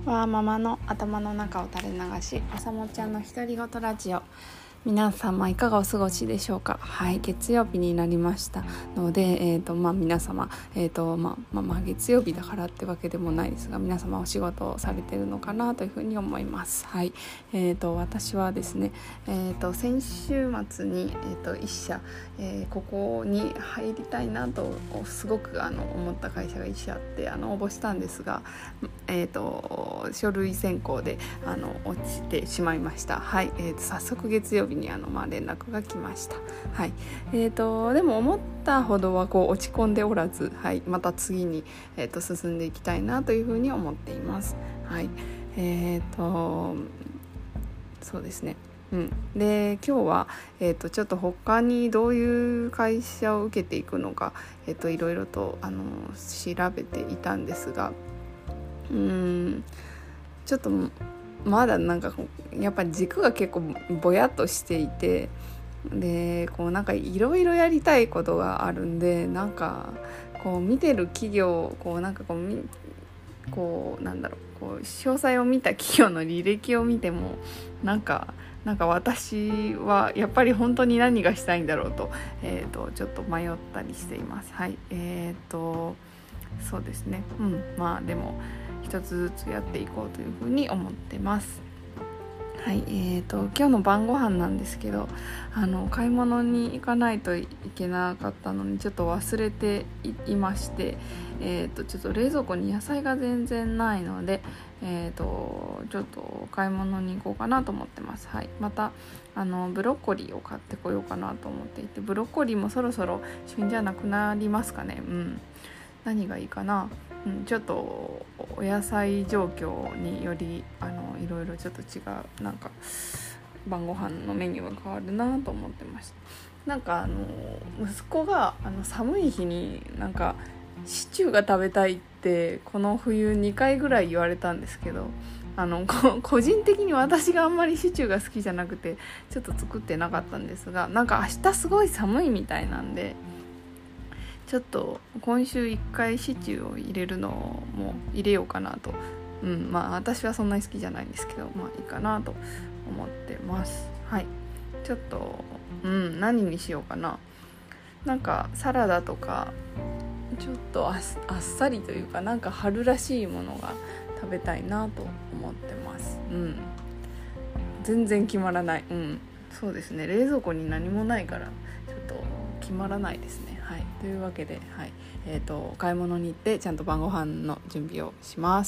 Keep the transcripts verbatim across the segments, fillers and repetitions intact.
はママの頭の中を垂れ流し、あさもちゃんの独り言ラジオ。皆様いかがお過ごしでしょうか。はい、月曜日になりましたので、えーとまあ、皆様、えーとまあまあ、まあ月曜日だからってわけでもないですが、皆様お仕事をされているのかなというふうに思います。はい、えーと私はですね、えーと先週末に、えーと一社、えー、ここに入りたいなとすごくあの思った会社が一社あってあの応募したんですが、えーと書類選考であの落ちてしまいました。はい、えーと早速月曜日にあの、まあ、連絡が来ました。はい、えーとでも思ったほどはこう落ち込んでおらず、はい、また次に、えーと進んでいきたいなというふうに思っています。はい、えーとそうですね。うん、で今日は、えー、とちょっと他にどういう会社を受けていくのか、えー、といろいろとあの調べていたんですが、うーんちょっとまだなんかやっぱり軸が結構ぼやっとしていて、でこうなんかいろいろやりたいことがあるんで、なんかこう見てる企業こうなんかこうこうなんだろうこう詳細を見た企業の履歴を見てもなんかなんか私はやっぱり本当に何がしたいんだろうと、えー、とちょっと迷ったりしています。はい、えーとそうですね。うんまあでも一つずつやっていこうというふうに思ってます。はい、えーと今日の晩ご飯なんですけど、あの買い物に行かないといけなかったのにちょっと忘れて い, いまして、えーとちょっと冷蔵庫に野菜が全然ないので、えーとちょっと買い物に行こうかなと思ってます。はい、またあのブロッコリーを買ってこようかなと思っていて、ブロッコリーもそろそろ旬じゃなくなりますかね。うん何がいいかな、うん、ちょっとお野菜状況によりあのいろいろちょっと違うなんか晩ご飯のメニューが変わるなと思ってました。なんかあの息子があの寒い日になんかシチューが食べたいってこの冬にかいぐらい言われたんですけど、あの個人的に私があんまりシチューが好きじゃなくてちょっと作ってなかったんですが、なんか明日すごい寒いみたいなんで、ちょっと今週いっかいシチューを入れるのも入れようかなと、うんまあ私はそんなに好きじゃないんですけど、まあいいかなと思ってます。はい、ちょっとうん何にしようかな。なんかサラダとかちょっと あ, あっさりというかなんか春らしいものが食べたいなと思ってます。うん全然決まらない。うんそうですね、冷蔵庫に何もないからちょっと決まらないですね。はい、というわけで、はいえーと、買い物に行ってちゃんと晩ご飯の準備をします。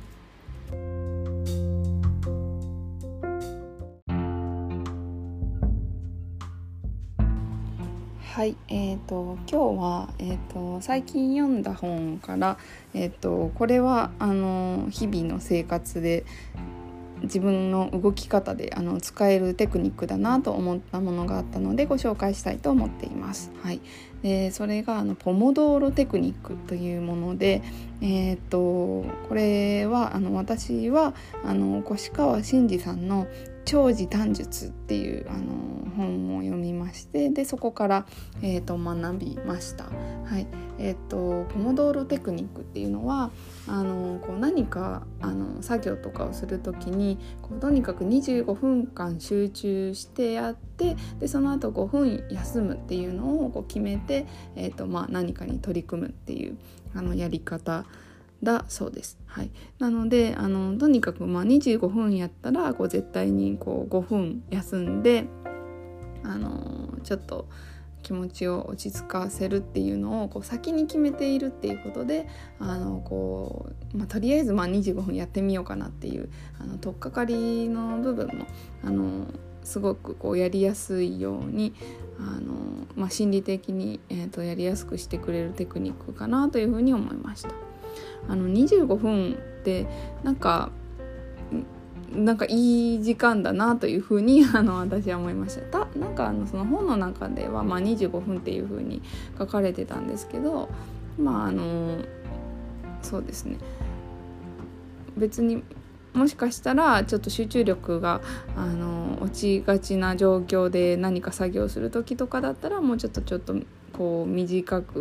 はい、えーと今日は、えーと最近読んだ本から、えーとこれはあの日々の生活で自分の動き方であの使えるテクニックだなと思ったものがあったのでご紹介したいと思っています。はい、でそれがあのポモドーロテクニックというもので、えー、とこれはあの私はあの越川真嗣さんの長寿短術っていうあの本を読みまして、でそこから、えー、と学びました。はいえー、とポモドーロテクニックっていうのはあのこう何かあの作業とかをするときにこうとにかくにじゅうごふんかん集中してやって、でその後ごふん休むっていうのをこう決めて、えーとまあ、何かに取り組むっていうあのやり方だそうです。はい、なのであのとにかくまあにじゅうごふんやったらこう絶対にこうごふん休んであのちょっと気持ちを落ち着かせるっていうのをこう先に決めているっていうことで、あのこう、まあ、とりあえずまあにじゅうごふんやってみようかなっていうあの取っかかりの部分もあのすごくこうやりやすいようにあの、まあ、心理的に、えーと、やりやすくしてくれるテクニックかなというふうに思いました。あのにじゅうごふんってなんかなんかいい時間だなというふうにあの私は思いました。たなんかあのその本の中では、まあ、にじゅうごふんっていうふうに書かれてたんですけど、まああのそうですね、別にもしかしたらちょっと集中力があの落ちがちな状況で何か作業する時とかだったらもうちょっとちょっとこう短く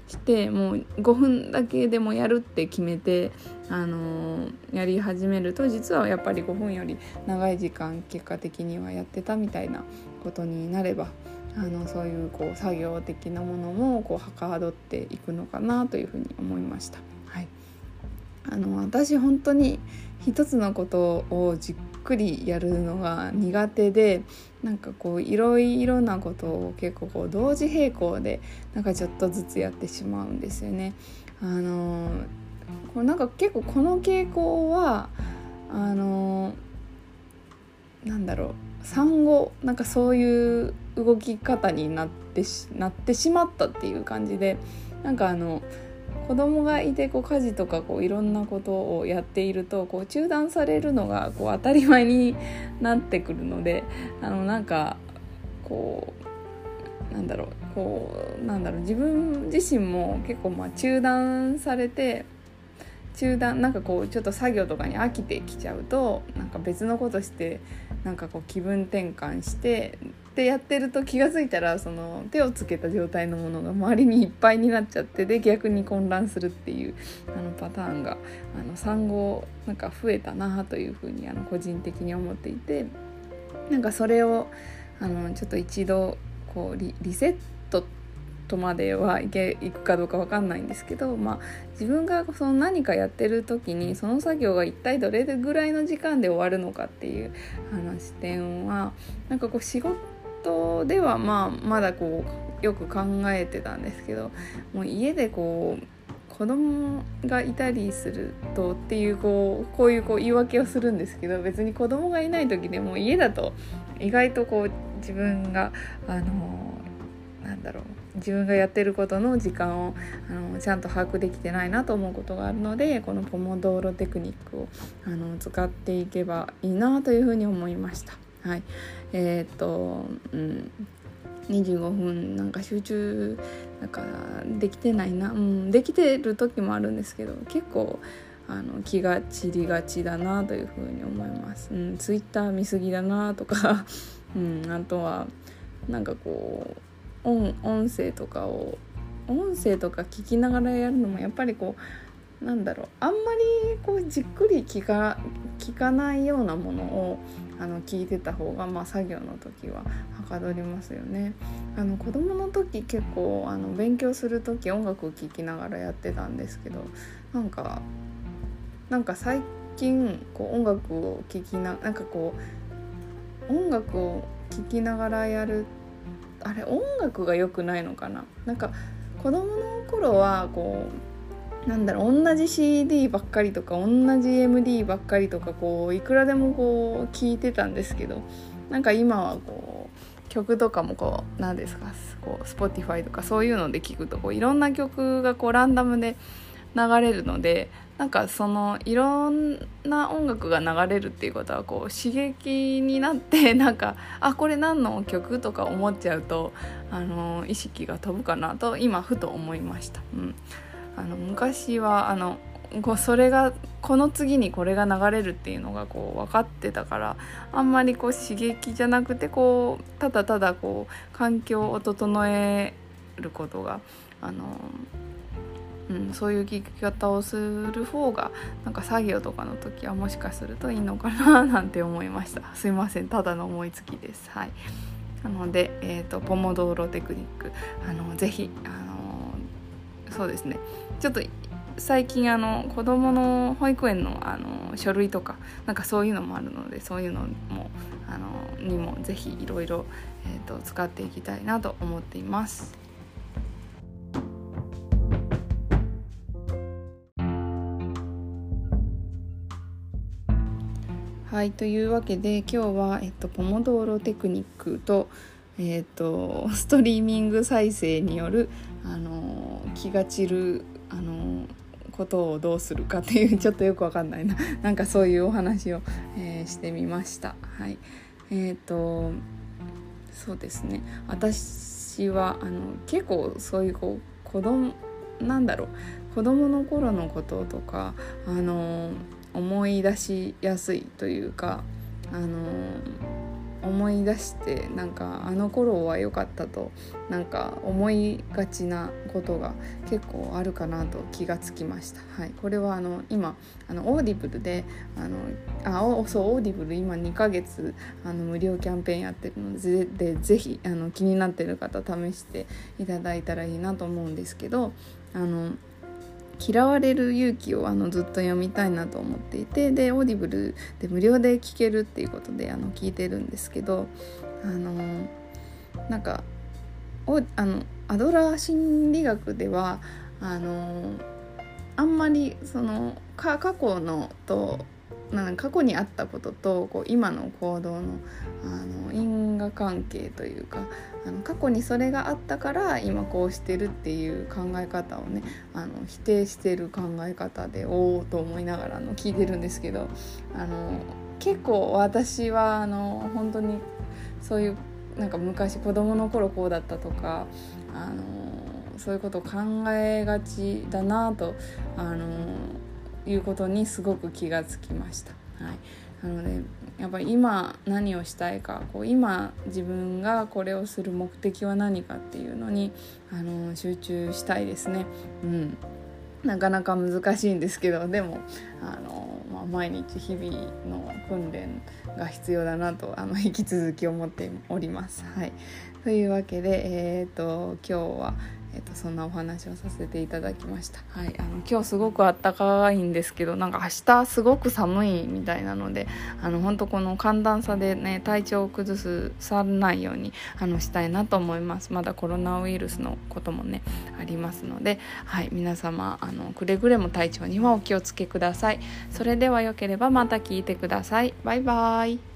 してもうごふんだけでもやるって決めて、あのー、やり始めると実はやっぱりごふんより長い時間結果的にはやってたみたいなことになれば、あのそういうこう作業的なものもこうはかどっていくのかなというふうに思いました。はい、あの私本当に一つのことをじっくりやるのが苦手で、なんかこういろいろなことを結構こう同時並行でなんかちょっとずつやってしまうんですよね。あのこれなんか結構この傾向はあのなんだろう産後なんかそういう動き方になってし、なってしまったっていう感じで、なんかあの子供がいてこう家事とかこういろんなことをやっているとこう中断されるのがこう当たり前になってくるので、あのなんかこうなんだろうこうなんだろう自分自身も結構まあ中断されて中断なんかこうちょっと作業とかに飽きてきちゃうとなんか別のことしてなんかこう気分転換してでやってると気がついたらその手をつけた状態のものが周りにいっぱいになっちゃってで逆に混乱するっていうあのパターンがあの産後なんか増えたなというふうにあの個人的に思っていて、なんかそれをあのちょっと一度こう リ, リセットとまではいけいくかどうか分かんないんですけど、まあ、自分がその何かやってる時にその作業が一体どれぐらいの時間で終わるのかっていうあの視点はなんかこう仕事ではまあまだこうよく考えてたんですけど、もう家でこう子供がいたりするとっていうこうこういうこう言い訳をするんですけど、別に子供がいない時でも家だと意外とこう自分があのなんだろう自分がやってることの時間をあのちゃんと把握できてないなと思うことがあるので、このポモドーロテクニックをあの使っていけばいいなというふうに思いました。はい、えー、っと、うん、にじゅうごふんなんか集中なんかできてないな、うん、できてる時もあるんですけど結構あの気が散りがちだなというふうに思います。うん、ツイッター見過ぎだなとか、うん、あとはなんかこう音, 音声とかを音声とか聞きながらやるのもやっぱりこうなんだろうあんまりこうじっくり聞か、聞かないようなものをあの聞いてた方が、まあ、作業の時ははかどりますよね。あの子供の時結構あの勉強する時音楽を聴きながらやってたんですけど、なんかなんか最近こう音楽を聴きななんかこう音楽を聴きながらやるあれ音楽が良くないのかな。なんか子供の頃はこうなんだろう同じ シーディー ばっかりとか同じ エムディー ばっかりとかこういくらでもこう聞いてたんですけど、なんか今はこう曲とかもこう何ですかこう Spotify とかそういうので聞くとこういろんな曲がこうランダムで流れるので、なんかそのいろんな音楽が流れるっていうことはこう刺激になってなんかあこれ何の曲とか思っちゃうとあの意識が飛ぶかなと今ふと思いました。うん、あの昔はあのこうそれがこの次にこれが流れるっていうのがこう分かってたからあんまりこう刺激じゃなくてこうただただこう環境を整えることがあのうん、そういう聞き方をする方がなんか作業とかの時はもしかするといいのかななんて思いました。すいません、ただの思いつきです。はい、なので、えーと、ポモドーロテクニックあのぜひあのそうですねちょっと最近あの子どもの保育園の、あの書類とかなんかそういうのもあるのでそういうのもあのにもぜひいろいろ使っていきたいなと思っています。はい、というわけで今日は、えっと、ポモドーロテクニックと、えっと、ストリーミング再生による、あの気が散る、あのことをどうするかっていうちょっとよくわかんないななんかそういうお話を、えー、してみました。はい、えっとそうですね私はあの結構そういうこう子供なんだろう子供の頃のこととかあの思い出しやすいというか、あの思い出して、なんかあの頃は良かったとなんか思いがちなことが結構あるかなと気がつきました。はい、これはあの今あのオーディブルであのあおそうオーディブル今にかげつあの無料キャンペーンやってるので、ぜでぜひあの気になってる方試していただいたらいいなと思うんですけど、あの嫌われる勇気をあのずっと読みたいなと思っていて、でオーディブルで無料で聞けるっていうことであの聞いてるんですけど、あのなんかおあのアドラー心理学ではあのあんまりそのか過去のとなんか過去にあったこととこう今の行動の、あの因果関係というか、あの過去にそれがあったから今こうしてるっていう考え方をね、あの否定してる考え方でおおと思いながらの聞いてるんですけど、あの結構私はあの本当にそういうなんか昔子供の頃こうだったとか、あのそういうことを考えがちだなとあのいうことにすごく気がつきました。はい、なのでやっぱり今何をしたいか、こう今自分がこれをする目的は何かっていうのにあの集中したいですね。うん、なかなか難しいんですけど、でもあの、まあ、毎日日々の訓練が必要だなとあの引き続き思っております。はい、というわけで、えー、と今日はえっと、そんなお話をさせていただきました。はい、あの今日すごく暖かいんですけど、なんか明日すごく寒いみたいなので、あの本当この寒暖差でね体調を崩すさないようにあのしたいなと思います。まだコロナウイルスのこともねありますので、はい、皆様あのくれぐれも体調にはお気をつけください。それではよければまた聞いてください。バイバイ。